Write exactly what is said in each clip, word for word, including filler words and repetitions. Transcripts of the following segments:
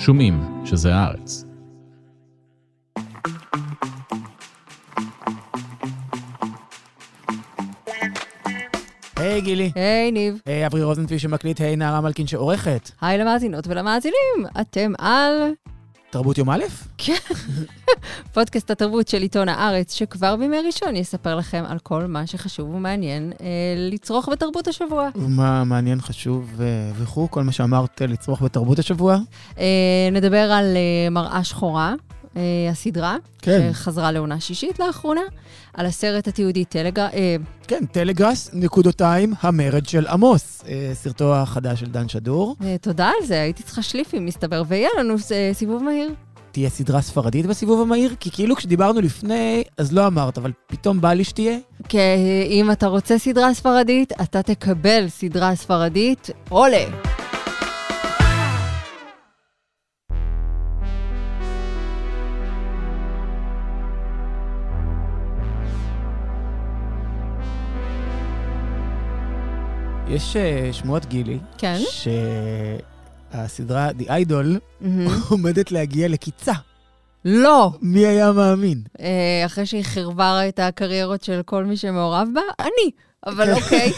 שומעים שזה הארץ. היי גילי. היי ניב. היי אברי רוזנטבי שמקליט, היי נערה מלכין שעורכת. היי למאזינות ולמאזינים, אתם על... תרבות יום א'? כן. פודקאסט התרבות של עיתון הארץ, שכבר בימי ראשון יספר לכם על כל מה שחשוב ומעניין אה, לצרוך בתרבות השבוע. מה מעניין, חשוב וכו', כל מה שאמרת לצרוך בתרבות השבוע? אה, נדבר על אה, מראה שחורה, אה, הסדרה, כן. שחזרה לעונה שישית לאחרונה, על הסרט התיעודי טלגרס. אה, כן, טלגרס, נקודותיים, המרד של עמוס, אה, סרטו החדש של דן שדור. אה, תודה על זה, הייתי צריכה שליפים, מסתבר, ויהיה לנו אה, סיבוב מהיר. תהיה סדרה ספרדית בסיבוב המהיר? כי כאילו כשדיברנו לפני, אז לא אמרת, אבל פתאום בא לי שתהיה. כי אם אתה רוצה סדרה ספרדית, אתה תקבל סדרה ספרדית. עולה! יש uh, שמועות גילי, כן? שהסדרה The Idol עומדת להגיע לקיצה. לא. מי היה מאמין? אה, אחרי שהיא חרברה את הקריירות של כל מי שמעורב בה, אני. אבל אוקיי.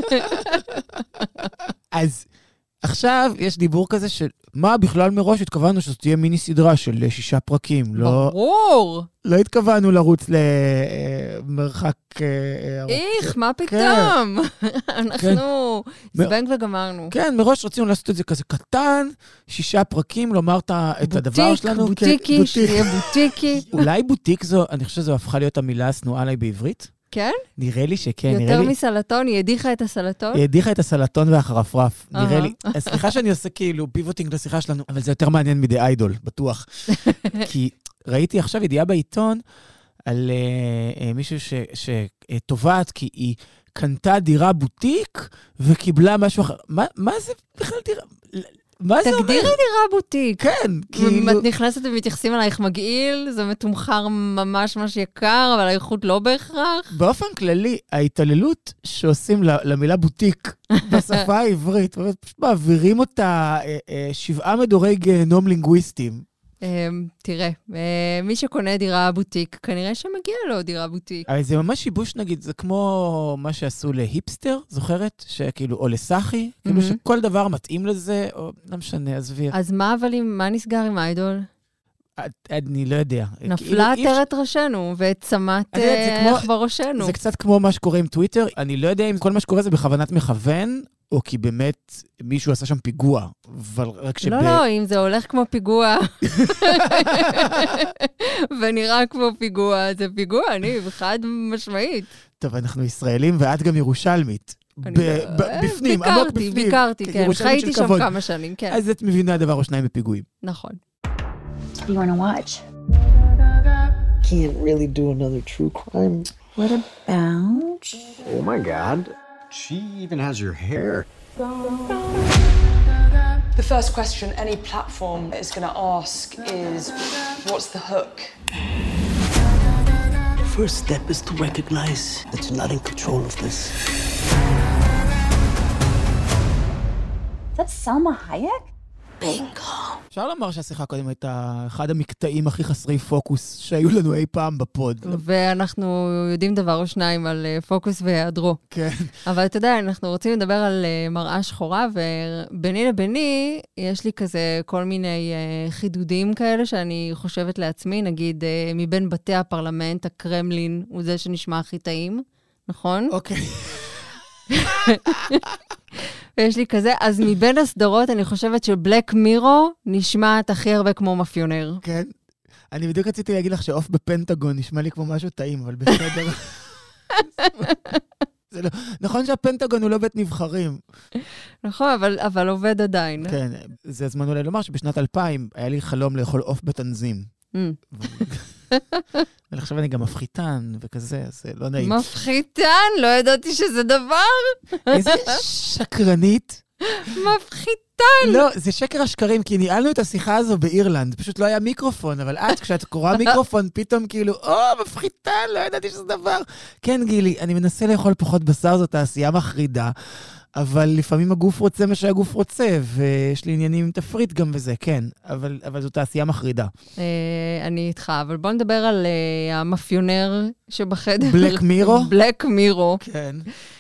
אז עכשיו יש דיבור כזה של מה בכלל מראש התכוונו שזאת תהיה מיני סדרה של שישה פרקים. ברור. לא התכוונו לרוץ למרחק ארוך. איך, מה פתאום? אנחנו זבנג וגמרנו. כן, מראש רצינו לעשות את זה כזה קטן, שישה פרקים, לומר את הדבר שלנו. בוטיקי, שיהיה בוטיקי. אולי בוטיק זו, אני חושב שזו הפכה להיות המילה הסנועה עליי בעברית. כן? נראה לי שכן. יותר מסלטון, היא הדיחה את הסלטון? היא הדיחה את הסלטון והחרפרף. נראה לי. סליחה שאני עושה כאילו פיבוטינג לשיחה שלנו, אבל זה יותר מעניין מדי איידול, בטוח. כי ראיתי עכשיו ידיעה בעיתון על מישהו שטובעת, כי היא קנתה דירה בוטיק וקיבלה משהו אחר. מה זה בכלל דירה? מה זה אומר? תגדירי דירה בוטיק. כן, כאילו... את נכנסת ומתייחסים עלייך מגעיל, זה מתומחר ממש ממש יקר, אבל האיכות לא בהכרח. באופן כללי, ההתעללות שעושים למילה בוטיק בשפה העברית, פשוט מעבירים אותה שבעה מדורי גיהנום לינגוויסטים. תראה, מי שקונה דירה בוטיק, כנראה שמגיע לו דירה בוטיק. אבל זה ממש שיבוש, נגיד, זה כמו מה שעשו להיפסטר, זוכרת? שכאילו, או לסחי, כאילו שכל דבר מתאים לזה, או לא משנה, עזבי. אז מה אבל, מה נסגר עם איידול? אני לא יודע. נפלה עטרת ראשנו, וצמת איך בראשנו. זה קצת כמו מה שקורה עם טוויטר. אני לא יודע אם כל מה שקורה זה בכוונת מכוון, או כי באמת מישהו עשה שם פיגוע. לא, לא, אם זה הולך כמו פיגוע, ונראה כמו פיגוע, זה פיגוע, אני חד משמעית. טוב, אנחנו ישראלים, ואת גם ירושלמית. בפנים, עמוק בפנים. ביקרתי, כן, חייתי שם כמה שנים, כן. אז את מבינה דבר או שניים בפיגועים. נכון. You want to watch? Can't really do another true crime. What about? Oh my God. She even has your hair. The first question any platform is going to ask is, what's the hook? The first step is to recognize that you're not in control of this. That's Salma Hayek? Bingo. אפשר לומר שהשיחה קודם הייתה אחד המקטעים הכי חסרי פוקוס שהיו לנו אי פעם בפוד. ואנחנו יודעים דבר או שניים על פוקוס והיעדרו. כן. אבל אתה יודע, אנחנו רוצים לדבר על מראה שחורה, וביני לביני יש לי כזה כל מיני חידודים כאלה שאני חושבת לעצמי, נגיד מבין בתי הפרלמנט, הקרמלין הוא זה שנשמע הכי טעים, נכון? אוקיי. ויש לי כזה, אז מבין הסדרות אני חושבת שבלק מירו נשמעת הכי הרבה כמו מאפיונר. כן. אני בדיוק רציתי להגיד לך שאוף בפנטגון נשמע לי כמו משהו טעים, אבל בסדר. זה לא, נכון שהפנטגון הוא לא בית נבחרים. נכון, אבל, אבל עובד עדיין. כן, זה הזמן אולי לומר שבשנת אלפיים היה לי חלום לאכול אוף בתנזים. ועכשיו אני גם מפחיתן וכזה, זה לא נעים. מפחיתן? לא ידעתי שזה דבר. איזה שקרנית. מפחיתן. לא, זה שקר השקרים, כי ניהלנו את השיחה הזו באירלנד, פשוט לא היה מיקרופון, אבל את, כשאת קוראה מיקרופון, פתאום כאילו, או, מפחיתן, לא ידעתי שזה דבר. כן, גילי, אני מנסה לאכול פחות בשר, זאת תעשייה מחרידה, אבל לפעמים הגוף רוצה מה שהגוף רוצה, ויש לי עניינים עם תפריט גם וזה, כן, אבל, אבל זו תעשייה מחרידה. אני איתך, אבל בוא נדבר על המאפיונר שבחדר. בלק מירו? בלק מירו. כן.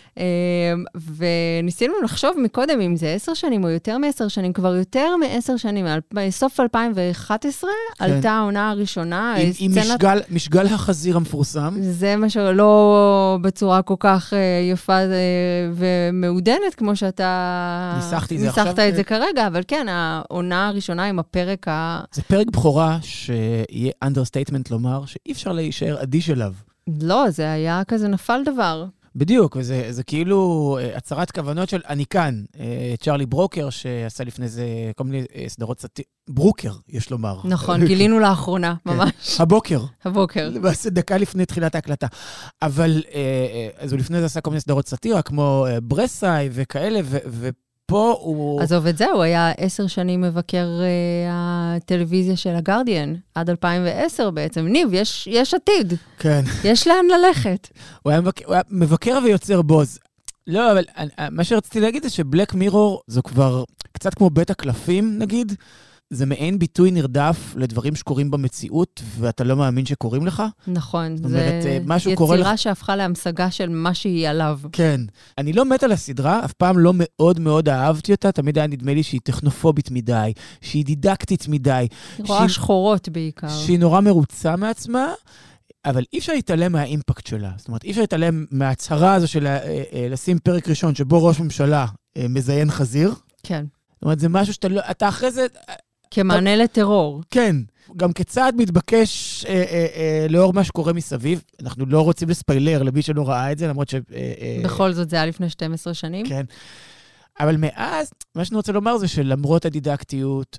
וניסינו לחשוב מקודם אם זה עשר שנים או יותר מעשר שנים, כבר יותר מעשר שנים, בסוף אלפיים ואחת עשרה עלתה העונה הראשונה. עם משגל החזיר המפורסם. זה מה שלא בצורה כל כך יפה ומעודנת, כמו שאתה ניסחת את זה כרגע, אבל כן, העונה הראשונה עם הפרק ה... זה פרק בכורה שיהיה understatement לומר שאי אפשר להישאר אדיש אליו. לא, זה היה כזה נפל דבר. בדיוק, וזה זה כאילו הצהרת כוונות של אני כאן. צ'רלי ברוקר, שעשה לפני זה כל מיני סדרות סאטירה, ברוקר, יש לומר. נכון, גילינו לאחרונה, ממש. הבוקר. הבוקר. למעשה דקה לפני תחילת ההקלטה. אבל, אז הוא לפני זה עשה כל מיני סדרות סאטירה, כמו ברסאי וכאלה, ו... פה הוא... עזוב את זה, הוא היה עשר שנים מבקר uh, הטלוויזיה של הגרדיאן, עד אלפיים ועשר בעצם. ניב, יש, יש עתיד. כן. יש לאן ללכת. הוא היה מבקר, הוא היה מבקר ויוצר בוז. לא, אבל מה שרציתי להגיד זה שבלק מירור זו כבר קצת כמו בית הקלפים, נגיד. זה מעין ביטוי נרדף לדברים שקורים במציאות, ואתה לא מאמין שקורים לך. נכון, זאת אומרת, זה משהו יצירה קורה לך... שהפכה להמשגה של מה שהיא עליו. כן. אני לא מת על הסדרה, אף פעם לא מאוד מאוד אהבתי אותה, תמיד היה נדמה לי שהיא טכנופובית מדי, שהיא דידקטית מדי. היא רואה שחורות בעיקר. שהיא נורא מרוצה מעצמה, אבל אי אפשר להתעלם מהאימפקט שלה. זאת אומרת, אי אפשר להתעלם מההצהרה הזו של לשים פרק ראשון שבו ראש ממשלה מזיין חזיר. כן. זאת אומרת, זה משהו שאתה לא... אתה אחרי זה... כמענה לטרור. כן, גם כצעד מתבקש אה, אה, אה, לאור מה שקורה מסביב. אנחנו לא רוצים לספיילר למי שלא ראה את זה, למרות ש... אה, אה, בכל זאת זה היה לפני שתים עשרה שנים. כן. אבל מאז, מה שאני רוצה לומר זה שלמרות הדידקטיות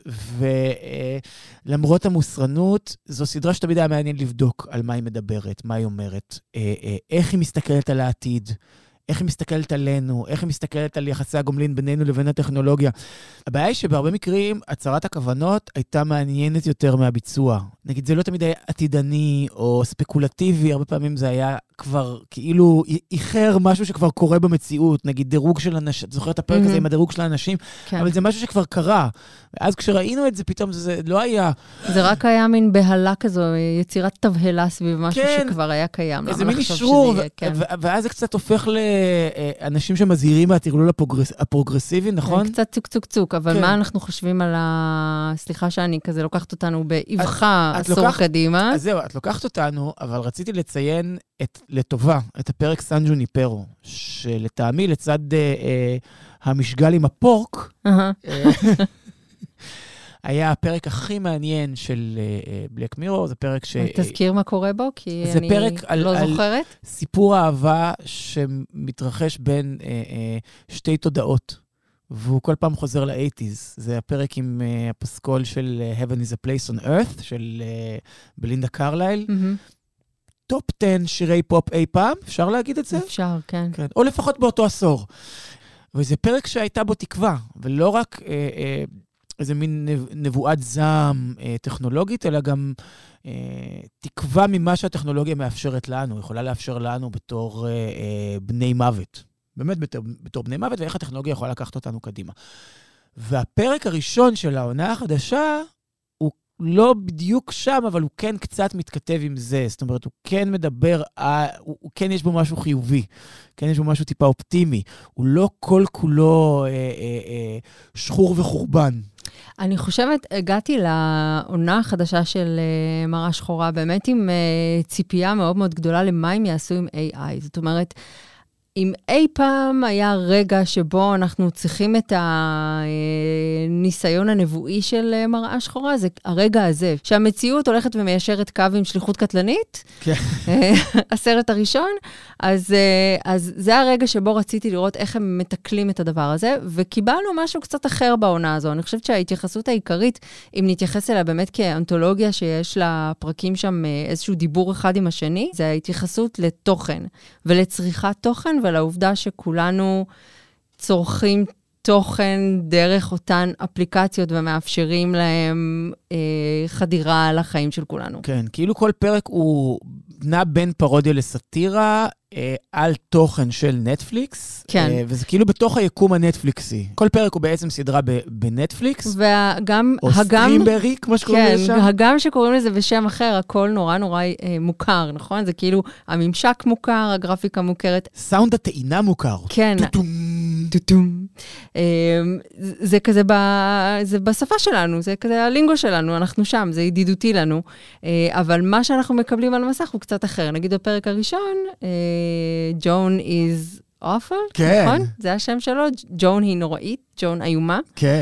ולמרות אה, המוסרנות, זו סדרה שתמיד היה מעניין לבדוק על מה היא מדברת, מה היא אומרת, אה, אה, איך היא מסתכלת על העתיד, איך היא מסתכלת עלינו, איך היא מסתכלת על יחסי הגומלין בינינו לבין הטכנולוגיה. הבעיה היא שבהרבה מקרים, הצהרת הכוונות הייתה מעניינת יותר מהביצוע. נגיד, זה לא תמיד היה עתידני או ספקולטיבי, הרבה פעמים זה היה כבר כאילו איחר משהו שכבר קורה במציאות, נגיד דירוג של אנשים, זוכר את הפרק mm-hmm. הזה עם הדירוג של האנשים, כן. אבל זה משהו שכבר קרה. ואז כשראינו את זה, פתאום זה לא היה... זה רק היה מין בהלה כזו, יצירת תבהלה סביב משהו כן. שכבר היה קיים. איזה מין אישרור, ו- כן. ו- ואז זה קצת הופך לאנשים שמזהירים מהתרגלול הפרוגרס- הפרוגרסיבי, נכון? קצת צוק צוק צוק, אבל כן. מה אנחנו חושבים על ה... סליחה שאני כזה לוקחת אותנו באבחה עשור לוקח... קדימה. אז זהו, את לוקחת אותנו, אבל רציתי לציין את, לטובה את הפרק סן ג'וניפרו, שלטעמי לצד אה, אה, המשגל עם הפורק, uh-huh. אה, היה הפרק הכי מעניין של בלק מירור, זה פרק ש... תזכיר מה קורה בו, כי אני לא על, זוכרת. על סיפור אהבה שמתרחש בין אה, אה, שתי תודעות, והוא כל פעם חוזר ל-שמונים. זה הפרק עם אה, הפסקול של Heaven is a Place on Earth, של אה, בלינדה קרלייל. Mm-hmm. טופ עשר שירי פופ אי פעם, אפשר להגיד את זה? אפשר, כן. כן. או לפחות באותו עשור. וזה פרק שהייתה בו תקווה, ולא רק... אה, אה, איזה מין נבואת זעם אה, טכנולוגית, אלא גם אה, תקווה ממה שהטכנולוגיה מאפשרת לנו, יכולה לאפשר לנו בתור אה, אה, בני מוות. באמת בתור, בתור בני מוות, ואיך הטכנולוגיה יכולה לקחת אותנו קדימה. והפרק הראשון של העונה החדשה, הוא לא בדיוק שם, אבל הוא כן קצת מתכתב עם זה. זאת אומרת, הוא כן מדבר, אה, הוא, הוא כן יש בו משהו חיובי, כן יש בו משהו טיפה אופטימי. הוא לא כל כולו אה, אה, אה, שחור וחורבן. אני חושבת, הגעתי לעונה החדשה של uh, מראה שחורה, באמת עם uh, ציפייה מאוד מאוד גדולה למה הם יעשו עם איי איי. זאת אומרת, אם אי פעם היה רגע שבו אנחנו צריכים את הניסיון הנבואי של מראה שחורה, זה הרגע הזה, שהמציאות הולכת ומיישרת קו עם שליחות קטלנית, הסרט הראשון, אז, אז זה הרגע שבו רציתי לראות איך הם מתקלים את הדבר הזה, וקיבלנו משהו קצת אחר בעונה הזו. אני חושבת שההתייחסות העיקרית, אם נתייחס אליה באמת כאנתולוגיה שיש לה פרקים שם איזשהו דיבור אחד עם השני, זה ההתייחסות לתוכן ולצריכת תוכן, ולעובדה שכולנו צורכים תוכן דרך אותן אפליקציות ומאפשרים להם חדירה לחיים של כולנו. כן, כאילו כל פרק הוא נע בין פרודיה לסאטירה, על תוכן של נטפליקס, כן. וזה כאילו בתוך היקום הנטפליקסי. כל פרק הוא בעצם סדרה בנטפליקס, וגם, או הגם, סטרימברי, כמו שקוראים כן, לזה שם. הגם שקוראים לזה בשם אחר, הכל נורא נורא אה, מוכר, נכון? זה כאילו, הממשק מוכר, הגרפיקה מוכרת. סאונד הטעינה מוכר. כן. טוטום. טוטום. אה, זה כזה ב, זה בשפה שלנו, זה כזה הלינגו שלנו, אנחנו שם, זה ידידותי לנו. אה, אבל מה שאנחנו מקבלים על המסך הוא קצת אחר. נגיד בפרק הראשון, אה, ג'ון is awful, כן. נכון? זה השם שלו, ג'ון היא נוראית, ג'ון איומה. כן.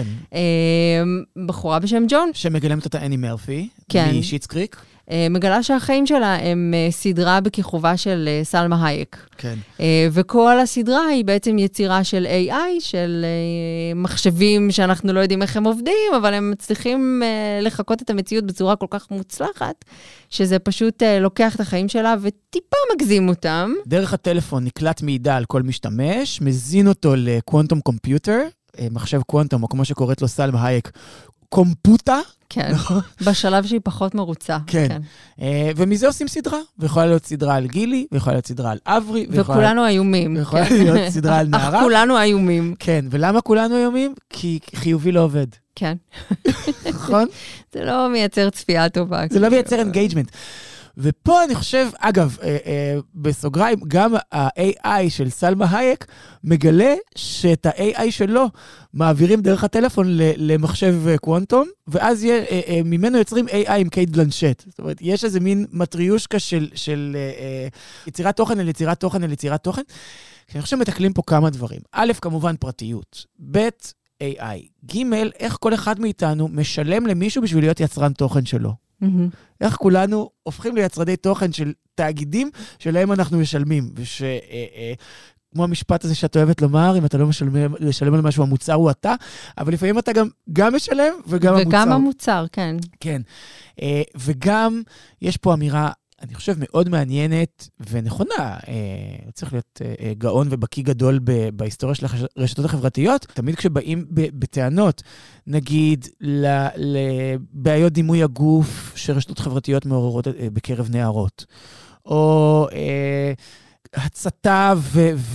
בחורה בשם ג'ון. שמגלמת אותה אני מרפי, כן. משיטס קריק. מגלה שהחיים שלה הם סדרה בכיכובה של סלמה הייק. כן. וכל הסדרה היא בעצם יצירה של איי איי, של מחשבים שאנחנו לא יודעים איך הם עובדים, אבל הם מצליחים לחקות את המציאות בצורה כל כך מוצלחת, שזה פשוט לוקח את החיים שלה וטיפה מגזים אותם. דרך הטלפון נקלט מידע על כל משתמש, מזין אותו לקוונטום קומפיוטר, מחשב קוונטום, או כמו שקוראת לו סלמה הייק, קומפוטה. כן, בשלב שהיא פחות מרוצה. כן. כן. ומזה עושים סדרה, ויכולה להיות סדרה על גילי, ויכולה להיות סדרה על אברי, וכולנו איומים. ויכולה להיות סדרה על נערה. אך כולנו איומים. כן, ולמה כולנו איומים? כי חיובי לא עובד. כן. נכון? זה לא מייצר צפייה טובה. זה לא מייצר אינגייג'מנט. ופה אני חושב, אגב, אה, אה, בסוגריים, גם ה-איי איי של סלמה הייק מגלה שאת ה-איי איי שלו מעבירים דרך הטלפון למחשב קוונטום, ואז יהיה, אה, אה, ממנו יוצרים איי איי עם קייט בלנשט. זאת אומרת, יש איזה מין מטריושקה של, של אה, אה, יצירת תוכן אל יצירת תוכן אל יצירת תוכן. אני חושב שמתקלים פה כמה דברים. א', כמובן פרטיות. ב', איי איי. ג', איך כל אחד מאיתנו משלם למישהו בשביל להיות יצרן תוכן שלו. איך כולנו הופכים ליצרני תוכן של תאגידים שלהם אנחנו משלמים, וכמו המשפט הזה שאת אוהבת לומר, אם אתה לא משלם על משהו, המוצר הוא אתה, אבל לפעמים אתה גם, גם משלם וגם המוצר. וגם המוצר, כן. כן. וגם יש פה אמירה, אני חושב מאוד מעניינת ונכונה, צריך להיות גאון ובקי גדול בהיסטוריה של הרשתות החברתיות. תמיד כשבאים בטענות, נגיד לבעיות דימוי הגוף שרשתות חברתיות מעוררות בקרב נערות, או הצתה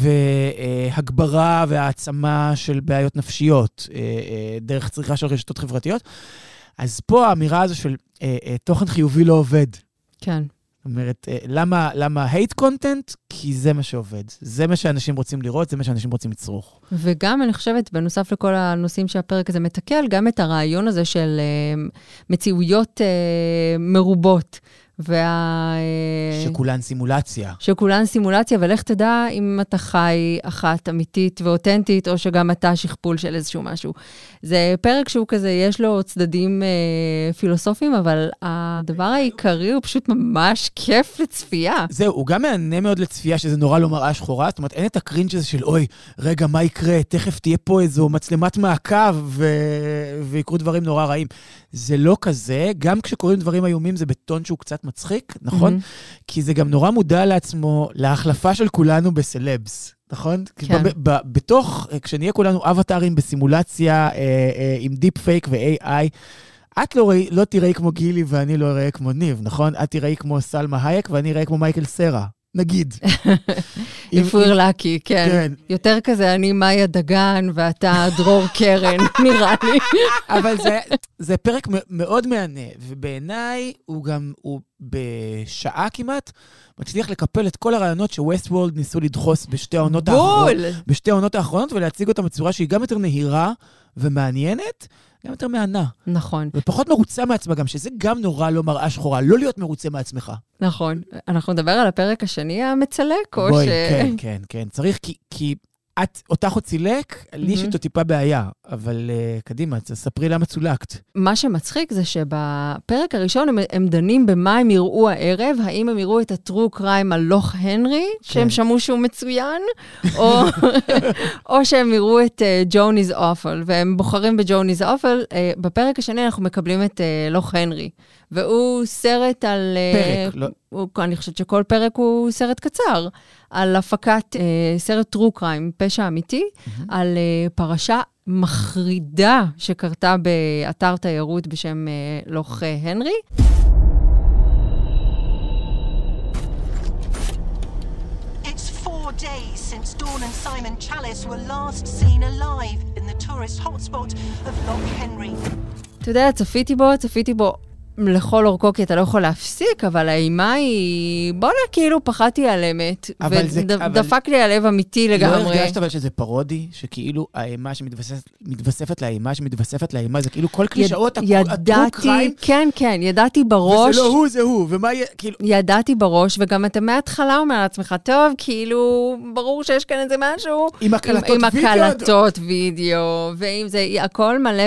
והגברה והעצמה של בעיות נפשיות דרך צריכה של רשתות חברתיות, אז פה האמירה הזו של תוכן חיובי לא עובד. כן. זאת אומרת, למה, למה hate content? כי זה מה שעובד. זה מה שאנשים רוצים לראות, זה מה שאנשים רוצים לצרוך. וגם אני חושבת, בנוסף לכל הנושאים שהפרק הזה מתקל, גם את הרעיון הזה של uh, מציאויות uh, מרובות. וה... שכולן סימולציה. שכולן סימולציה, ולך תדע אם אתה חי אחת אמיתית ואותנטית, או שגם אתה שכפול של איזשהו משהו. זה פרק שהוא כזה, יש לו צדדים אה, פילוסופיים, אבל הדבר העיקרי הוא פשוט ממש כיף לצפייה. זהו, הוא גם מענה מאוד לצפייה, שזה נורא לא מראה שחורה, זאת אומרת, אין את הקרינג' הזה של, אוי, רגע, מה יקרה? תכף תהיה פה איזו מצלמת מעקב, ו... ויקרו דברים נורא רעים. זה לא כזה, גם כשקוראים דברים איומים, זה בטון שהוא קצת מצחיק, נכון? Mm-hmm. כי זה גם נורא מודע לעצמו, להחלפה של כולנו בסלבס, נכון? כן. ב- ב- בתוך, כשנהיה כולנו אבטרים בסימולציה, אה, אה, עם דיפ פייק ו-איי איי, את לא, ראי, לא תראי כמו גילי ואני לא אראה כמו ניב, נכון? את תראי כמו סלמה הייק ואני אראה כמו מייקל סרה. נגיד. איפור לקי, כן. כן. יותר כזה, אני מאיה דגן, ואתה דרור קרן, נראה לי. אבל זה, זה פרק מאוד מענה, ובעיניי הוא גם, הוא בשעה כמעט, מצליח לקפל את כל הרעיונות שווסט וורלד ניסו לדחוס בשתי העונות האחרונות, בשתי העונות האחרונות, ולהציג אותם בצורה שהיא גם יותר נהירה ומעניינת, גם יותר מענה. נכון. ופחות מרוצה מעצמה גם, שזה גם נורא לא מראה שחורה, לא להיות מרוצה מעצמך. נכון. אנחנו נדבר על הפרק השני המצלק, או בואי, ש... כן, כן, כן. צריך, כי, כי את, אותך עוד צילק, לי יש איתו טיפה בעיה, אבל uh, קדימה, ספרי למה צולקת. מה שמצחיק זה שבפרק הראשון הם, הם דנים במה הם יראו הערב, האם הם יראו את הטרו קריים על לוך הנרי, כן. שהם שמעו שהוא מצוין, או, או שהם יראו את ג'ון איז אופל, והם בוחרים בג'ון איז אופל. Uh, בפרק השני אנחנו מקבלים את uh, לוך הנרי, והוא סרט על... פרק, uh, לא... הוא, אני חושבת שכל פרק הוא סרט קצר, על הפקת אה, סרט טרו קריים, פשע אמיתי, mm-hmm. על אה, פרשה מחרידה שקרתה באתר תיירות בשם אה, לוך אה, הנרי. Days since Dawn and Simon Chalice were last seen alive in the tourist hotspot of Loch Henry. אתה יודע, צפיתי בו, צפיתי בו לכל אורכו, כי אתה לא יכול להפסיק, אבל האימה היא... בוא נה, כאילו פחדתי על אמת, ודפק לי הלב אמיתי לגמרי. לא הרגשת אבל שזה פרודי, שכאילו האימה שמתווספת לאימה, שמתווספת לאימה, זה כאילו כל קלישאות הטרו קריים. כן, כן, ידעתי בראש. וזה לא הוא, זה הוא, ומה יהיה, כאילו... ידעתי בראש, וגם אתה מההתחלה אומר לעצמך, טוב, כאילו, ברור שיש כאן איזה משהו. עם הקלטות וידאו. עם הקלטות וידאו, ועם זה, הכל מלא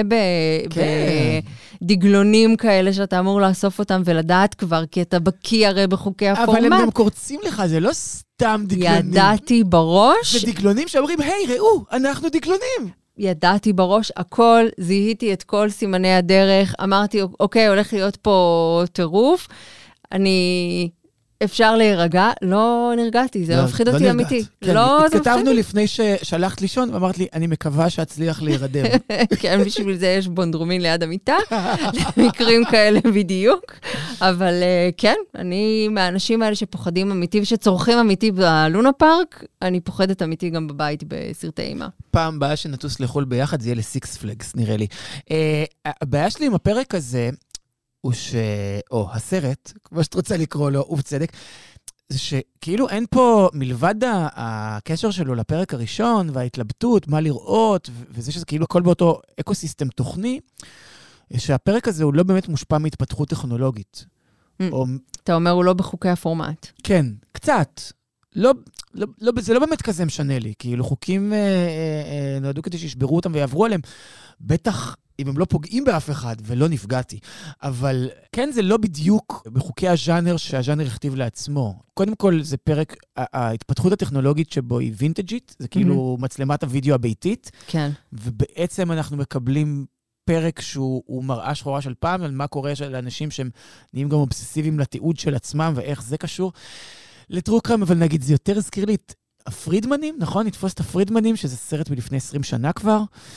בדגלונים כאלה שאתה אמור לאסוף אותם ולדעת כבר, כי אתה בקיא הרי בחוקי הפורמט. אבל הם גם קורצים לך, זה לא סתם דגלונים. ידעתי בראש. זה דגלונים שאומרים, היי, ראו, אנחנו דגלונים. ידעתי בראש הכל, זיהיתי את כל סימני הדרך, אמרתי, אוקיי, הולך להיות פה טירוף, אני... אפשר להירגע, לא נרגעתי, זה מפחיד אותי אמיתי. התכתבנו לפני ששלחת לישון, ואמרת לי, אני מקווה שאצליח להירדם. כן, בשביל זה יש בונדרומין ליד המיטה, למקרים כאלה בדיוק. אבל כן, אני מהאנשים האלה שפוחדים אמיתי, ושצורכים אמיתי בלונה פארק, אני פוחדת אמיתי גם בבית בסרטי אימה. פעם הבאה שנטוס לחול ביחד, זה יהיה לסיקס פלגס, נראה לי. הבעיה שלי עם הפרק הזה, הוא ש... או הסרט, כמו שאת רוצה לקרוא לו, ובצדק, זה שכאילו אין פה, מלבד הקשר שלו לפרק הראשון, וההתלבטות, מה לראות, וזה שזה כאילו הכל באותו אקוסיסטם תוכני, שהפרק הזה הוא לא באמת מושפע מהתפתחות טכנולוגית. או... אתה אומר, הוא לא בחוקי הפורמט. כן, קצת. לא, לא, לא, זה לא באמת כזה משנה לי, כאילו חוקים אה, אה, נועדו כדי שישברו אותם ויעברו עליהם, בטח אם הם לא פוגעים באף אחד, ולא נפגעתי. אבל כן, זה לא בדיוק בחוקי הז'אנר שהז'אנר הכתיב לעצמו. קודם כל, זה פרק, ההתפתחות הטכנולוגית שבו היא וינטג'ית, זה כאילו mm-hmm. מצלמת הוידאו הביתית, כן. ובעצם אנחנו מקבלים פרק שהוא מראה שחורה של פעם, על מה קורה לאנשים שהם נהיים גם אובססיביים לתיעוד של עצמם, ואיך זה קשור. לטרו קריים, אבל נגיד, זה יותר הזכיר לי את הפרידמנים, נכון? נתפוס את הפרידמנים, שזה סרט מלפני עשרים שנה כבר.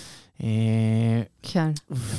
כן.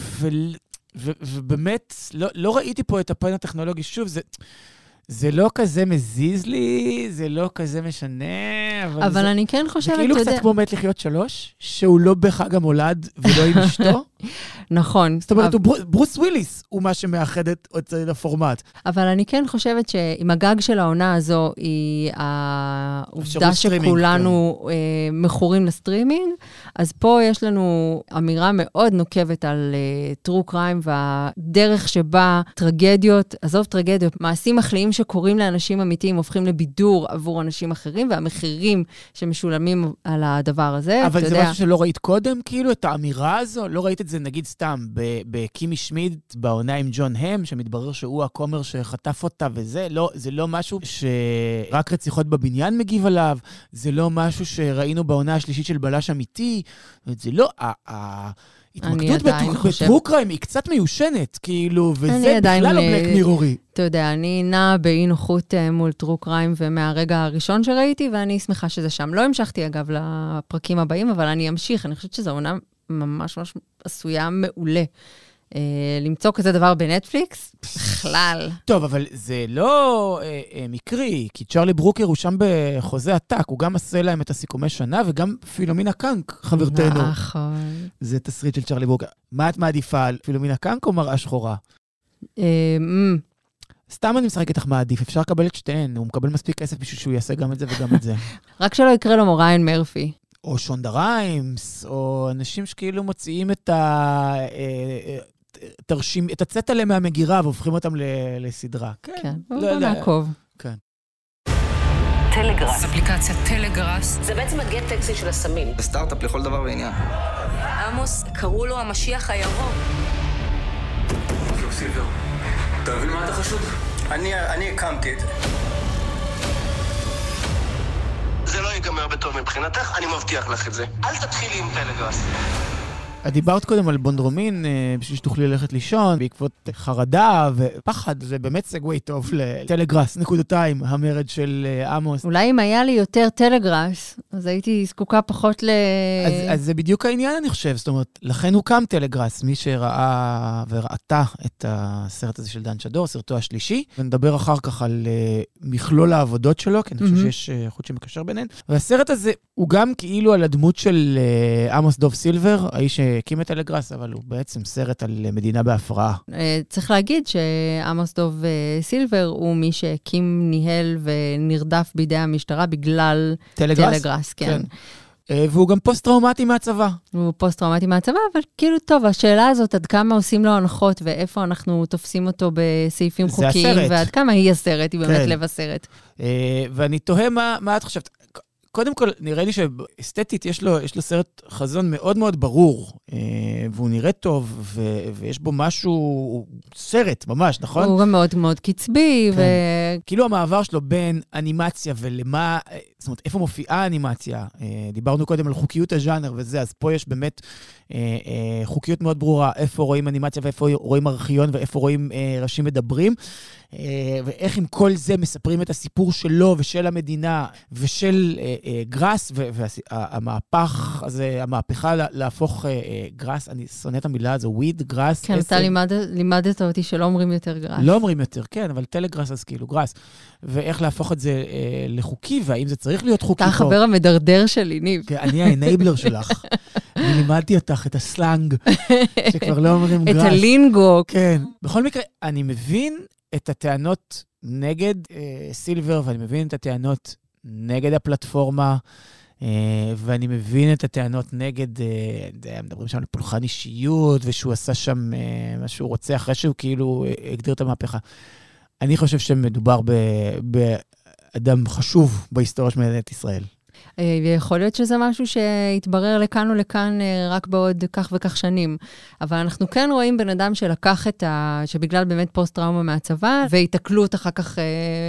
ובאמת, לא ראיתי פה את הפן הטכנולוגי. שוב, זה לא כזה מזיז לי, זה לא כזה משנה, אבל אני כן חושבת, זה כאילו קצת כמו מת לחיות שלוש, שהוא לא בחג המולד ולא עם אשתו. נכון. זאת אומרת, ברוס וויליס הוא מה שמאחד את הפורמט. אבל אני כן חושבת שעם הגג של העונה הזו, היא העובדה שכולנו מכורים לסטרימינג, אז פה יש לנו אמירה מאוד נוקבת על טרו קריים, והדרך שבה טרגדיות, עזוב טרגדיות, מעשים מחליים שקורים לאנשים אמיתיים, הופכים לבידור עבור אנשים אחרים, והמחירים שמשולמים על הדבר הזה. אבל זה משהו שלא ראית קודם, כאילו, את האמירה הזו? לא ראית את זה, נגיד, סתם, בקימי שמיד, בעונה עם ג'ון הם, שמתברר שהוא הכומר שחטף אותה וזה, לא, זה לא משהו שרק רציחות בבניין מגיב עליו, זה לא משהו שראינו בעונה השלישית של בלש אמיתי, זה לא, ההתמקדות בטרו קריים היא קצת מיושנת, כאילו, וזה בכלל לא בלק מירורי. אתה יודע, אני נעה באי נוחות מול טרו קריים, ומהרגע הראשון שראיתי, ואני שמחה שזה שם. לא המשכתי, אגב, לפרקים הבאים, אבל אני אמשיך, אני חושבת שזו עונה ממש ממש עשויה מעולה. אה, למצוא כזה דבר בנטפליקס, בכלל. טוב, אבל זה לא אה, אה, מקרי, כי צ'רלי ברוקר הוא שם בחוזה עתק, הוא גם עשה להם את הסיכומי שנה, וגם פילומינה קנק, חברתנו. נכון. זה תסריט של צ'רלי ברוקר. מה את מעדיפה, פילומינה קנק או מראה שחורה? אה, סתם אני משחק איתך מעדיף, אפשר לקבל את שתיהן, הוא מקבל מספיק כסף בשביל שהוא יעשה גם את זה וגם את זה. רק שלא יקרה לו מוריין מרפי. או שונדה ריימס, או אנשים שכאילו מוציאים את ה... תרשים, את הצאת עליהם מהמגירה והופכים אותם לסדרה. כן, בוא נעקוב. כן. טלגראס. אפליקציית טלגראס. זה בעצם הגט טקסי של הסמים. זה סטארט-אפ לכל דבר ועניין. עמוס, קראו לו המשיח הירוק. סילבר, אתה מבין מה אתה חשוד? אני הקמתי את זה. זה לא ייגמר בטוב מבחינתך, אני מבטיח לך את זה. אל תתחילי עם טלגראס. את דיברת קודם על בונדרומין, בשביל שתוכלי ללכת לישון, בעקבות חרדה ופחד, זה באמת סגווי טוב לטלגראס, נקודתיים, המרד של עמוס. אולי אם היה לי יותר טלגראס, אז הייתי זקוקה פחות ל... אז, אז זה בדיוק העניין, אני חושב. זאת אומרת, לכן הוקם טלגראס, מי שראה וראתה את הסרט הזה של דן שדור, סרטו השלישי, ונדבר אחר כך על מכלול העבודות שלו, כי אני חושב שיש חוט שמקשר ביניהן. והסרט הזה הוא גם כאילו על הדמות של עמוס דוב סילבר, האיש שהקים את טלגראס, אבל הוא בעצם סרט על מדינה בהפרעה. צריך להגיד שעמוס דוב סילבר הוא מי שהקים, ניהל ונרדף בידי המשטרה בגלל טלגראס, כן. והוא גם פוסט-טראומטי מהצבא. הוא פוסט-טראומטי מהצבא, אבל כאילו טוב, השאלה הזאת, עד כמה עושים לו הנחות, ואיפה אנחנו תופסים אותו בסעיפים חוקיים, ועד כמה היא הסרט, היא באמת לב הסרט. ואני תוהה מה את חושבת. קודם כל, נראה לי שאסתטית יש לו, יש לו סרט חזון מאוד מאוד ברור, והוא נראה טוב, ו, ויש בו משהו, סרט ממש, נכון? הוא גם מאוד מאוד קצבי, כן. ו... כאילו המעבר שלו בין אנימציה ולמה, זאת אומרת, איפה מופיעה האנימציה? דיברנו קודם על חוקיות הז'אנר וזה, אז פה יש באמת חוקיות מאוד ברורה, איפה רואים אנימציה ואיפה רואים ארכיון ואיפה רואים ראשים מדברים, ואיך עם כל זה מספרים את הסיפור שלו ושל המדינה ושל גראס, והמהפך הזה, המהפכה להפוך גראס, אני שונא את המילה הזו, וויד, גראס. כן, אתה לימדת אותי שלא אומרים יותר גראס. לא אומרים יותר, כן, אבל טלגראס אז כאילו גראס. ואיך להפוך את זה לחוקי, והאם זה צריך להיות חוקי. אתה החבר המדרדר שלי, ניב. אני האנבלר שלך. אני לימדתי אותך את הסלנג, שכבר לא אומרים גראס. את הלינגו. כן. בכל מקרה, אני מבין את הטענות נגד אה, סילבר, ואני מבין את הטענות נגד הפלטפורמה, אה, ואני מבין את הטענות נגד, אה, מדברים שם על פולחן אישיות, ושהוא עשה שם אה, מה שהוא רוצה, אחרי שהוא כאילו אה, הגדיר את המהפכה. אני חושב שמדובר באדם חשוב בהיסטוריה של מדינת ישראל. ויכול להיות שזה משהו שהתברר לכאן ולכאן רק בעוד כך וכך שנים. אבל אנחנו כן רואים בן אדם שלקח את ה... שבגלל באמת פוסט-טראומה מהצבא, והתקלות אחר כך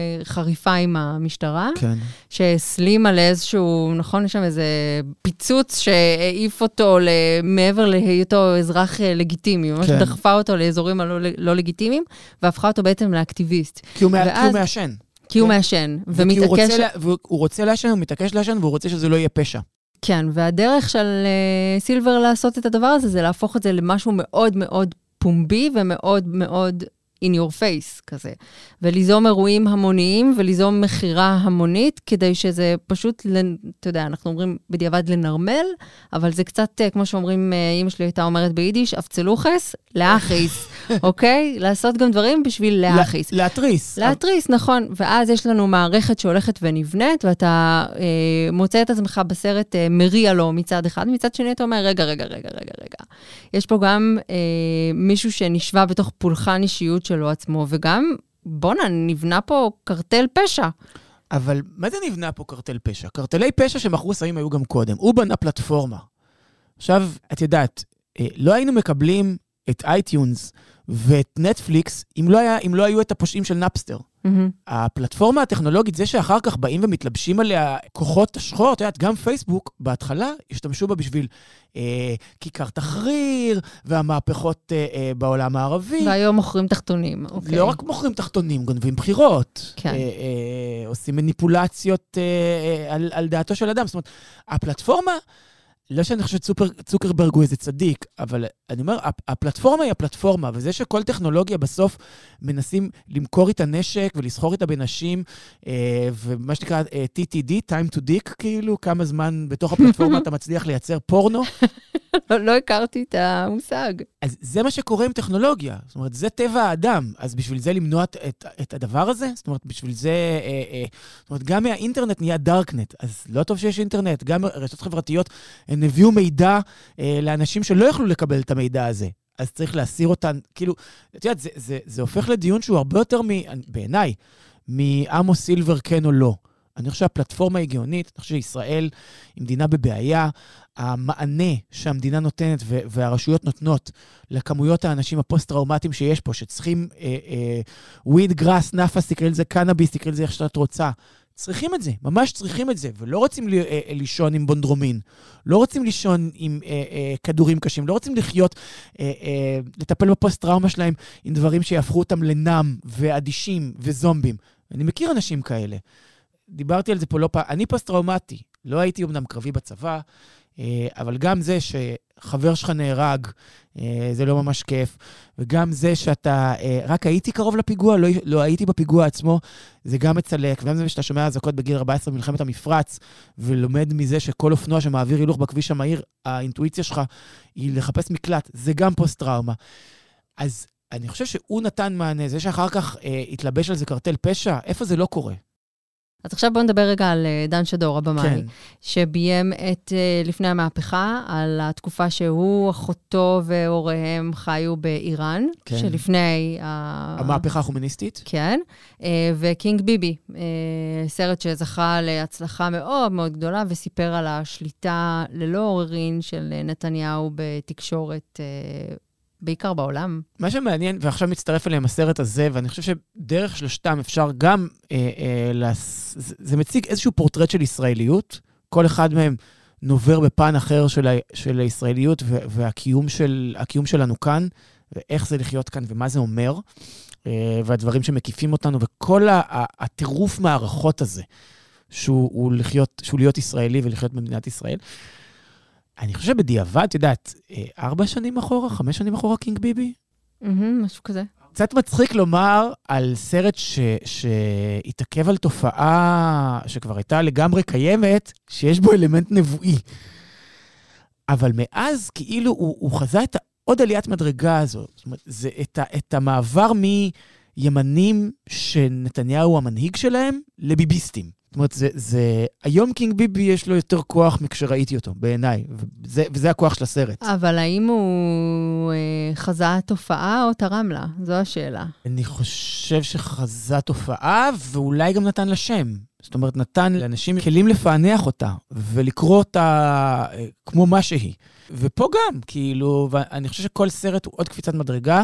חריפה עם המשטרה, כן. שהסלימה לאיזשהו, נכון, יש שם איזה פיצוץ שהעיף אותו מעבר להיותו אזרח לגיטימי, ממש כן. דחפה אותו לאזורים הלא לא לגיטימיים, והפכה אותו בעצם לאקטיביסט. כי הוא, ואז... כי הוא מעשן. כי הוא מעשן, ומתעקש... הוא רוצה לעשן, הוא מתעקש לעשן, והוא רוצה שזה לא יהיה פשע. כן, והדרך של סילבר לעשות את הדבר הזה, זה להפוך את זה למשהו מאוד מאוד פומבי, ומאוד מאוד in your face כזה. וליזום אירועים המוניים, וליזום מחירה המונית, כדי שזה פשוט, אתה יודע, אנחנו אומרים בדיעבד לנרמל, אבל זה קצת, כמו שאומרים, אמא שלי הייתה אומרת ביידיש, אפצלוחס, להכיס, אוקיי? לעשות גם דברים בשביל להכיס. להתריס. להתריס, נכון. ואז יש לנו מערכת שהולכת ונבנית, ואתה מוצא את עצמך בסרט מריע לו מצד אחד, מצד שני אתה אומר, רגע, רגע, רגע, רגע, רגע. יש פה גם מישהו שנשווה בתוך פולחן אישיות שלו עצמו, וגם, בונה, נבנה פה קרטל פשע. אבל מה זה נבנה פה קרטל פשע? קרטלי פשע שמכרו סמים היו גם קודם. הוא בנה פלטפורמה. עכשיו, את יודעת, לא היינו מקבלים את אייטיונס ואת נטפליקס, אם לא, היה, אם לא היו את הפושעים של נאפסטר. Mm-hmm. הפלטפורמה הטכנולוגית, זה שאחר כך באים ומתלבשים עליה כוחות השחור, את יודעת, גם פייסבוק, בהתחלה השתמשו בה בשביל אה, כיכר תחריר, והמהפכות אה, אה, בעולם הערבי. והיום מוכרים תחתונים. אוקיי. לא רק מוכרים תחתונים, גונבים בחירות. כן. אה, אה, עושים מניפולציות אה, אה, על, על דעתו של אדם. זאת אומרת, הפלטפורמה, לא שאני חושב שצוקרברג הוא איזה צדיק, אבל אני אומר, הפלטפורמה היא הפלטפורמה, וזה שכל טכנולוגיה בסוף מנסים למכור את הנשק ולסחור איתה בנשים, ומה שנקרא טי טי די, time to dick, כאילו, כמה זמן בתוך הפלטפורמה אתה מצליח לייצר פורנו. לא הכרתי את המושג. אז זה מה שקורה עם טכנולוגיה. זאת אומרת, זה טבע האדם. אז בשביל זה למנוע את, את הדבר הזה, זאת אומרת, בשביל זה, אה, אה, זאת אומרת, גם מהאינטרנט נהיה דארקנט. אז לא טוב שיש אינטרנט. גם רשתות חברתיות, הן הביאו מידע אה, לאנשים שלא יכלו לקבל את המידע הזה. אז צריך להסיר אותן. כאילו, את יודעת, זה, זה, זה הופך לדיון שהוא הרבה יותר מ, בעיניי, מעמוס סילבר כן או לא. אני חושב שהפלטפורמה היא גאונית, אני חושב שישראל היא מדינה בבעיה, המענה שהמדינה נותנת והרשויות נותנות לכמויות האנשים הפוסט-טראומטיים שיש פה, שצריכים וויד, גראס, נפס, תקראי לזה קנאביס, תקראי לזה איך שאת רוצה, צריכים את זה, ממש צריכים את זה, ולא רוצים ל- אה, לישון עם בונדרומין, לא רוצים לישון עם אה, אה, כדורים קשים, לא רוצים לחיות, אה, אה, לטפל בפוסט-טראומה שלהם עם דברים שיהפכו אותם לנם ואדישים וזומבים. אני מכיר אנשים כאלה. דיברתי על זה פה לא פעם, אני פוסט-טראומטי, לא הייתי אומנם קרבי בצבא, אבל גם זה שחבר שלך נהרג, זה לא ממש כיף, וגם זה שאתה, רק הייתי קרוב לפיגוע, לא, לא הייתי בפיגוע עצמו, זה גם מצלק, וגם זה שאתה שומע אזעקות בגיל ארבע עשרה במלחמת המפרץ, ולומד מזה שכל אופנוע שמעביר הילוך בכביש המהיר, האינטואיציה שלך היא לחפש מקלט, זה גם פוסט-טראומה. אז אני חושב שהוא נתן מענה, זה שאחר כך אה, התלבש על זה קרטל פשע, איפה זה לא קורה? אז עכשיו בואו נדבר רגע על דן שדור, הבמאי, כן. שביים את לפני המהפכה, על התקופה שהוא, אחותו והוריהם חיו באיראן, כן. שלפני... המהפכה החומניסטית? כן, וקינג ביבי, סרט שזכה להצלחה מאוד מאוד גדולה, וסיפר על השליטה ללא עוררין של נתניהו בתקשורת בעיקר בעולם. מה שמעניין, ועכשיו מצטרף אליהם הסרט הזה, ואני חושב שדרך שלושתם אפשר גם, אה, אה, לס... זה, זה מציג איזשהו פורטרט של ישראליות, כל אחד מהם נובר בפן אחר של, ה... של הישראליות, ו... והקיום של... הקיום שלנו כאן, ואיך זה לחיות כאן, ומה זה אומר, אה, והדברים שמקיפים אותנו, וכל ה... הטירוף מערכות הזה, שהוא, לחיות... שהוא להיות ישראלי ולחיות במדינת ישראל, אני חושב שבדיעבד, את יודעת, ארבע שנים אחורה, חמש שנים אחורה, קינג ביבי? משהו כזה. קצת מצחיק לומר על סרט שהתעכב על תופעה שכבר הייתה לגמרי קיימת, שיש בו אלמנט נבואי. אבל מאז, כאילו, הוא, הוא חזה את עוד עליית מדרגה הזאת. זאת אומרת, זה את, ה, את המעבר מימנים שנתניהו המנהיג שלהם, לביביסטים. זאת אומרת, זה, זה, היום קינג ביבי יש לו יותר כוח מכשראיתי אותו, בעיניי, וזה, וזה הכוח של הסרט. אבל האם הוא אה, חזה תופעה או תרם לה? זו השאלה. אני חושב שחזה תופעה, ואולי גם נתן לה שם. זאת אומרת, נתן לאנשים כלים לפענח אותה, ולקרוא אותה אה, כמו מה שהיא. ופה גם, כאילו, ואני חושב שכל סרט הוא עוד קפיצת מדרגה,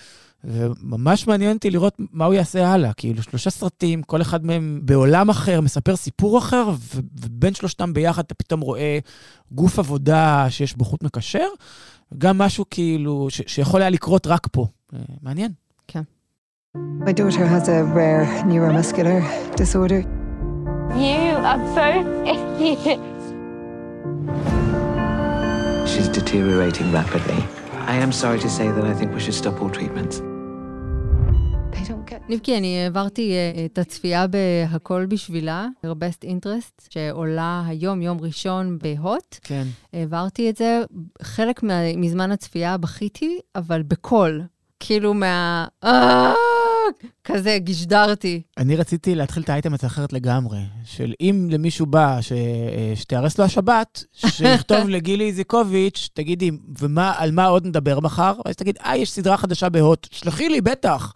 וממש מעניין אותי לראות מה הוא יעשה הלאה. כאילו, שלושה סרטים, כל אחד מהם בעולם אחר, מספר סיפור אחר, ובין שלושתם ביחד אתה פתאום רואה גוף עבודה שיש בו חוט מקשר, גם משהו כאילו ש- שיכול היה לקרות רק פה. מעניין. כן. My daughter has a rare neuromuscular disorder. You are so idiot. She's deteriorating rapidly. I am sorry to say that I think we should stop all treatments. נבקי, אני העברתי את הצפייה בהכל בשבילה, her best interest, שעולה היום, יום ראשון בהוט. כן. העברתי את זה, חלק מזמן הצפייה בכיתי, אבל בקול. כאילו מה... כזה, גשדרתי. אני רציתי להתחיל את האייטם אחרת לגמרי, של אם למישהו בא שתארס לו השבת, שיכתוב לגילי איזיקוביץ', תגידי, ומה, על מה עוד נדבר מחר? אז תגיד, אה, יש סדרה חדשה בהוט, שלחי לי, בטח.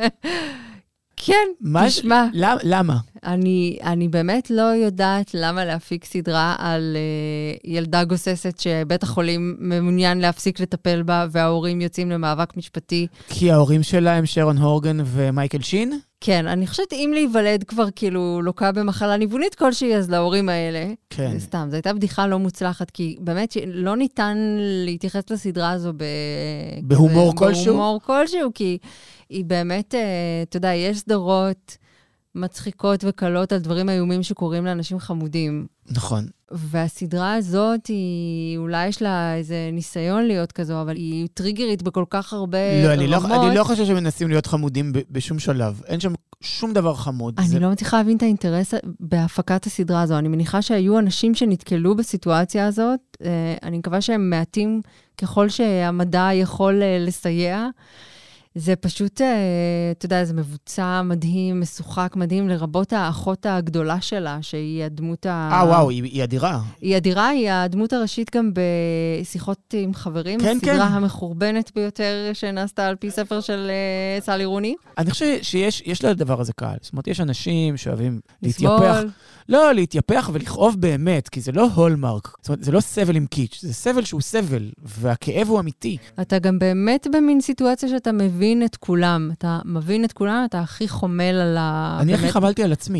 כן, תשמע. למה? אני, אני באמת לא יודעת למה להפיק סדרה על uh, ילדה גוססת שבית החולים מעוניין להפסיק לטפל בה, וההורים יוצאים למאבק משפטי. כי ההורים שלה הם שרון הורגן ומייקל שין? כן, אני חושבת אם להיוולד כבר כאילו לוקה במחלה ניוונית כלשהי, אז להורים האלה. כן. זה סתם, זו הייתה בדיחה לא מוצלחת, כי באמת לא ניתן להתייחס לסדרה הזו ב... בהומור כלשהו? בהומור כלשהו, כי היא באמת, אתה יודע, יש סדרות מצחיקות וקלות על דברים איומים שקורים לאנשים חמודים. נכון. והסדרה הזאת, היא, אולי יש לה איזה ניסיון להיות כזו, אבל היא טריגרית בכל כך הרבה לא, אני רמות. לא, אני לא חושב שמנסים להיות חמודים ב- בשום שלב. אין שם שום דבר חמוד. אני זה... לא מצליחה להבין את האינטרס בהפקת הסדרה הזו. אני מניחה שהיו אנשים שנתקלו בסיטואציה הזאת. אני מקווה שהם מעטים ככל שהמדע יכול לסייע. זה פשוט, אתה יודע, זה מבוצע מדהים, משוחק מדהים, לרבות האחות הגדולה שלה, שהיא הדמות ה... אה, וואו, היא, היא אדירה. היא אדירה, היא הדמות הראשית גם בשיחות עם חברים, כן, הסדרה כן. המחורבנת ביותר שנעשתה על פי ספר של uh, סלי רוני. אני חושב שיש יש לדבר הזה קהל. זאת אומרת, יש אנשים שאוהבים להתייפח. לא, להתייפח ולכאוב באמת, כי זה לא הולמרק. זאת אומרת, זה לא סבל עם קיץ', זה סבל שהוא סבל, והכאב הוא אמיתי. אתה גם באמת במין סיטואציה שאתה מבין את כולם. אתה מבין את כולם, אתה הכי חומל על ה... אני באמת... הכי חמלתי על עצמי.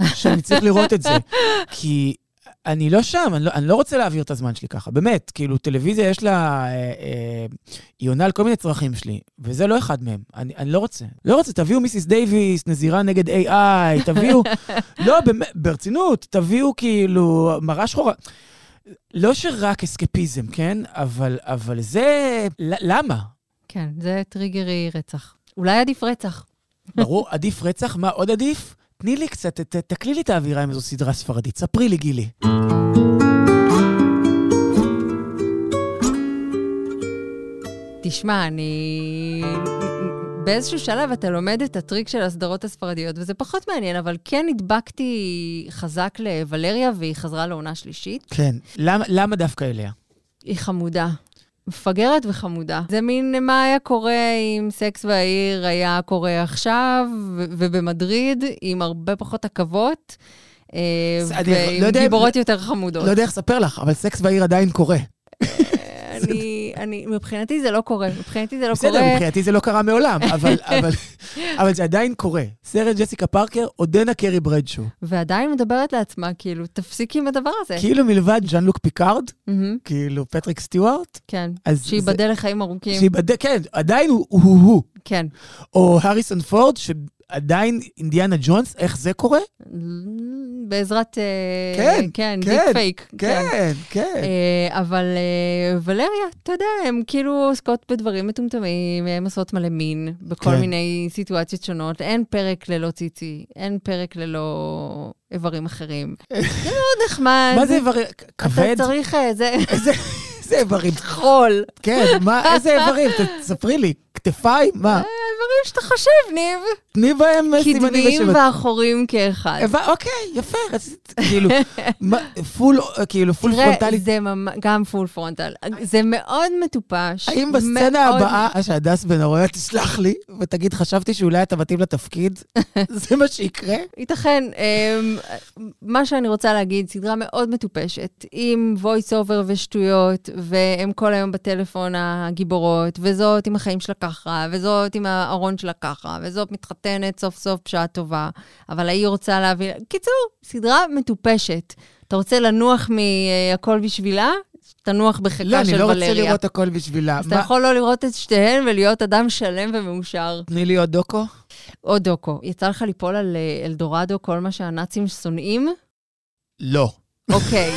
שאני צריך לראות את זה. כי אני לא שם, אני לא, אני לא רוצה להעביר את הזמן שלי ככה. באמת, כאילו, טלוויזיה יש לה... אה, אה, היא עונה על כל מיני צרכים שלי, וזה לא אחד מהם. אני, אני לא רוצה. לא רוצה, תביאו מיסיס דייביס, נזירה נגד איי איי, תביאו... לא, ברצינות, תביאו כאילו מראה שחורה. לא שרק אסקפיזם, כן? אבל, אבל זה... למה? כן, זה טריגרי רצח. אולי עדיף רצח. ברור, עדיף רצח. מה עוד עדיף? תני לי קצת, ת, תקלי לי את האווירה עם איזו סדרה ספרדית. ספרי לי, גילי. תשמע, אני... באיזשהו שלב אתה לומד את הטריק של הסדרות הספרדיות, וזה פחות מעניין, אבל כן הדבקתי חזק לוולריה, והיא חזרה לעונה שלישית. כן. למה, למה דווקא אליה? היא חמודה. מפגרת וחמודה. זה מין מה היה קורה אם סקס והעיר היה קורה עכשיו, ו- ובמדריד, עם הרבה פחות עקבות, ועם גיבורות יותר חמודות. לא יודע איך לספר לך, אבל סקס והעיר עדיין קורה. אני, אני, מבחינתי זה לא קורה. מבחינתי זה לא בסדר, קורה. בסדר, מבחינתי זה לא קרה מעולם, אבל, אבל, אבל זה עדיין קורה. סרט ג'סיקה פארקר, עודנה קרי ברדשו. ועדיין מדברת לעצמה, כאילו, תפסיק עם הדבר הזה. כאילו מלבד ז'אן לוק פיקארד, כאילו פטריק סטיוארט. כן, שיבדל לחיים ארוכים. שיבדל, כן, עדיין הוא הוא הוא. כן. או הריסון פורד, עדיין אינדיאנה ג'ונס, איך זה קורה? בעזרת, כן, כן, כן, דיפ פייק. כן, כן. אבל ולריה, אתה יודע, הם כאילו עוסקות בדברים מטומטמים, הם עושות מלא מין, בכל מיני סיטואציות שונות. אין פרק ללא ציצי, אין פרק ללא איברים אחרים. זה מאוד נחמד. מה זה איברים? כבד? אתה צריך איזה... איזה איברים? חול. כן, מה, איזה איברים? תספרי לי, כתפיים? מה? איברים שאתה חושב, ניב. תני בהם סימנים קדמיים ואחורים כאחד. אוקיי, יפה. כאילו, פול, כאילו, פול פרונטלי. זה גם פול פרונטל. זה מאוד מטופש. האם בסצנה הבאה, שהדס בן ארויה תסלח לי, ותגיד, חשבתי שאולי אתה מתאים לתפקיד, זה מה שיקרה? ייתכן. מה שאני רוצה להגיד, סדרה מאוד מטופשת, עם voice over ושטויות, והם כל היום בטלפון הגיבורות, וזאת עם החיים שלה ככה, וזאת עם הארון שלה ככה, וזאת מתחתנת סוף סוף בשעה טובה, אבל היא רוצה להביא... קיצור, סדרה מטופשת. אתה רוצה לנוח מהכל בשבילה? תנוח בחיקה של ולריה. לא, אני לא רוצה לראות הכל בשבילה. אז אתה יכול לא לראות את שתיהן ולהיות אדם שלם ומאושר. תני לי עוד דוקו? עוד דוקו. יצא לך ליפול על אלדורדו, כל מה שהנאצים שונאים? לא. אוקיי.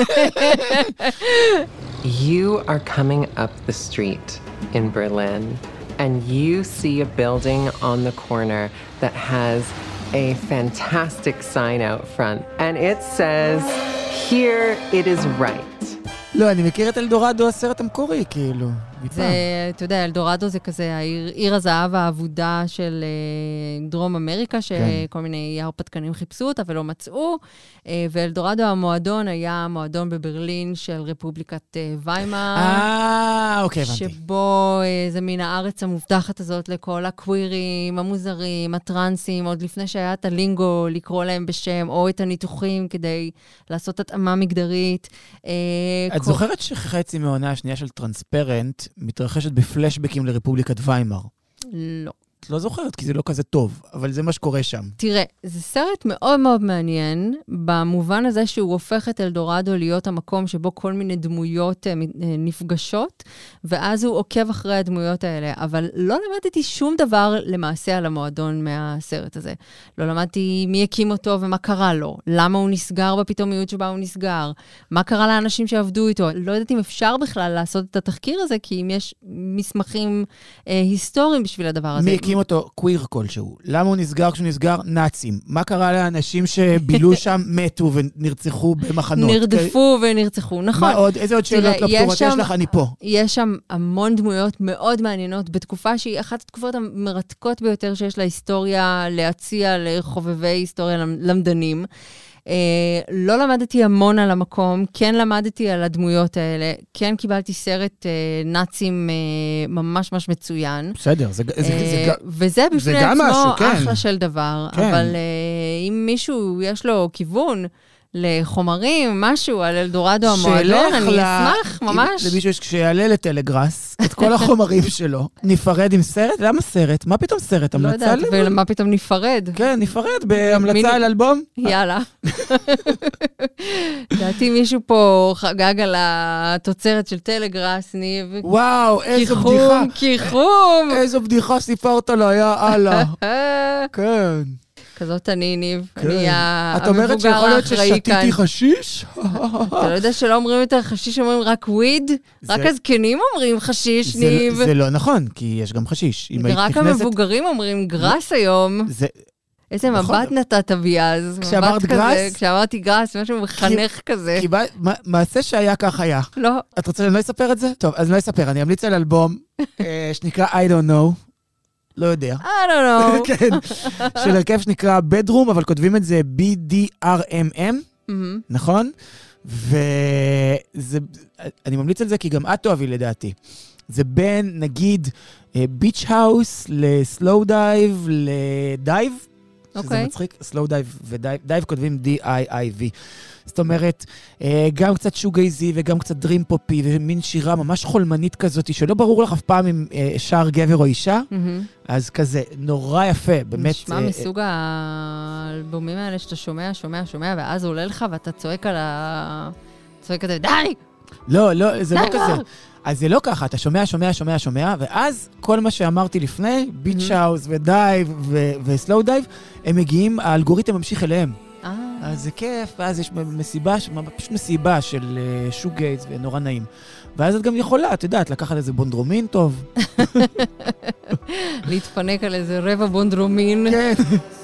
You are coming up the street in Berlin, and you see a building on the corner that has a fantastic sign out front, and it says, here it is right. לא, אני מכיר את אלדורדו, הסרט המקורי, כאילו. זה, אתה יודע, אלדורדו זה כזה, העיר, עיר הזהב האבודה של אה, דרום אמריקה, שכל מיני הרפתקנים חיפשו אותה ולא מצאו, אה, ואלדורדו המועדון היה מועדון בברלין של רפובליקת אה, ויימאר. אה, אוקיי, הבנתי. שבו אה, זה מן הארץ המובטחת הזאת לכל הקווירים, המוזרים, הטרנסים, עוד לפני שהיה את הלינגו לקרוא להם בשם, או את הניתוחים כדי לעשות התאמה מגדרית. אה, את כל... זוכרת שחצי מהעונה השנייה של טרנספרנט, מתרחשת בפלשבקים לרפובליקת ויימאר. לא. את לא זוכרת, כי זה לא כזה טוב, אבל זה מה שקורה שם. תראה, זה סרט מאוד מאוד מעניין, במובן הזה שהוא הופך את אלדורדו להיות המקום שבו כל מיני דמויות נפגשות, ואז הוא עוקב אחרי הדמויות האלה. אבל לא למדתי שום דבר למעשה על המועדון מהסרט הזה. לא למדתי מי הקים אותו ומה קרה לו, למה הוא נסגר בפתאומיות שבה הוא נסגר, מה קרה לאנשים שעבדו איתו. לא יודעת אם אפשר בכלל לעשות את התחקיר הזה, כי אם יש מסמכים אה, היסטוריים בשביל הדבר הזה. מי הקים אותו קוויר כלשהו. למה הוא נסגר כשהוא נסגר? נאצים. מה קרה לאנשים שבילו שם מתו ונרצחו במחנות? נרדפו ונרצחו, נכון. מה עוד? איזה עוד שאלות לא פתורות יש לך? אני פה. יש שם המון דמויות מאוד מעניינות, בתקופה שהיא אחת התקופות המרתקות ביותר שיש להיסטוריה להציע לחובבי היסטוריה למדנים. Uh, לא למדתי המון על המקום, כן למדתי על הדמויות האלה, כן קיבלתי סרט uh, נאצים uh, ממש ממש מצוין. בסדר, זה, זה, uh, זה, זה, וזה בפני זה עצמו משהו, כן. אחלה של דבר, כן. אבל uh, אם מישהו יש לו כיוון, לחומרים, משהו על אלדורדו המועדון, אני אשמח, ממש. למישהו שיעלה לטלגראס את כל החומרים שלו, נפרד עם סרט? למה סרט? מה פתאום סרט? לא יודעת, ומה פתאום נפרד? כן, נפרד בהמלצה על אלבום. יאללה. דעתי מישהו פה חגג על התוצרת של טלגראס, ניב. וואו, איזו בדיחה. כיחום. איזו בדיחה סיפרת לו, יא אללה. כן. כזאת אני, ניב. אני המבוגר האחראי כאן. את אומרת שיכול להיות ששתיתי חשיש? אתה לא יודע שלא אומרים יותר חשיש, אומרים רק וויד? רק הזקנים אומרים חשיש, ניב. זה לא נכון, כי יש גם חשיש. רק המבוגרים אומרים גרס היום. איזה מבט נתת בי אז. כשאמרת גרס? כשאמרתי גרס, משהו מחנך כזה. כי מעשה שהיה כך היה. לא. את רוצה שאני לא אספר את זה? טוב, אז לא אספר. אני אמליץ על אלבום שנקרא I don't know. לא יודע. I don't know. כן. של הרכב שנקרא Bedroom, אבל כותבים את זה B D R M M. נכון? וזה, אני ממליץ על זה כי גם את תאהבי לדעתי. זה בין, נגיד, ביץ' האוס לסלואו דייב, לדייב. שזה מצחיק, סלואו דייב ודייב, דייב כותבים D I I V. זאת אומרת, גם קצת שוגייזי וגם קצת דרים פופי, ומין שירה ממש חולמנית כזאת, שלא ברור לך אף פעם אם שר גבר או אישה, אז כזה, נורא יפה, באמת. נשמע מסוג האלבומים האלה שאתה שומע, שומע, שומע, ואז עולה לך ואתה צועק על ה... צועק כזה, די! לא, לא, זה לא כזה. אז זה לא ככה, אתה שומע, שומע, שומע, שומע, ואז כל מה שאמרתי לפני, ביץ' האוס ודייב וסלואו דייב, הם מגיעים, האלגוריתם ממשיך אליהם. אז זה כיף, ואז יש מסיבה, פשוט מסיבה של שוגייז ונורא נעים. ואז את גם יכולה, את יודעת, לקחת איזה בונדרומין טוב. להתפנק על איזה רבע בונדרומין. כן.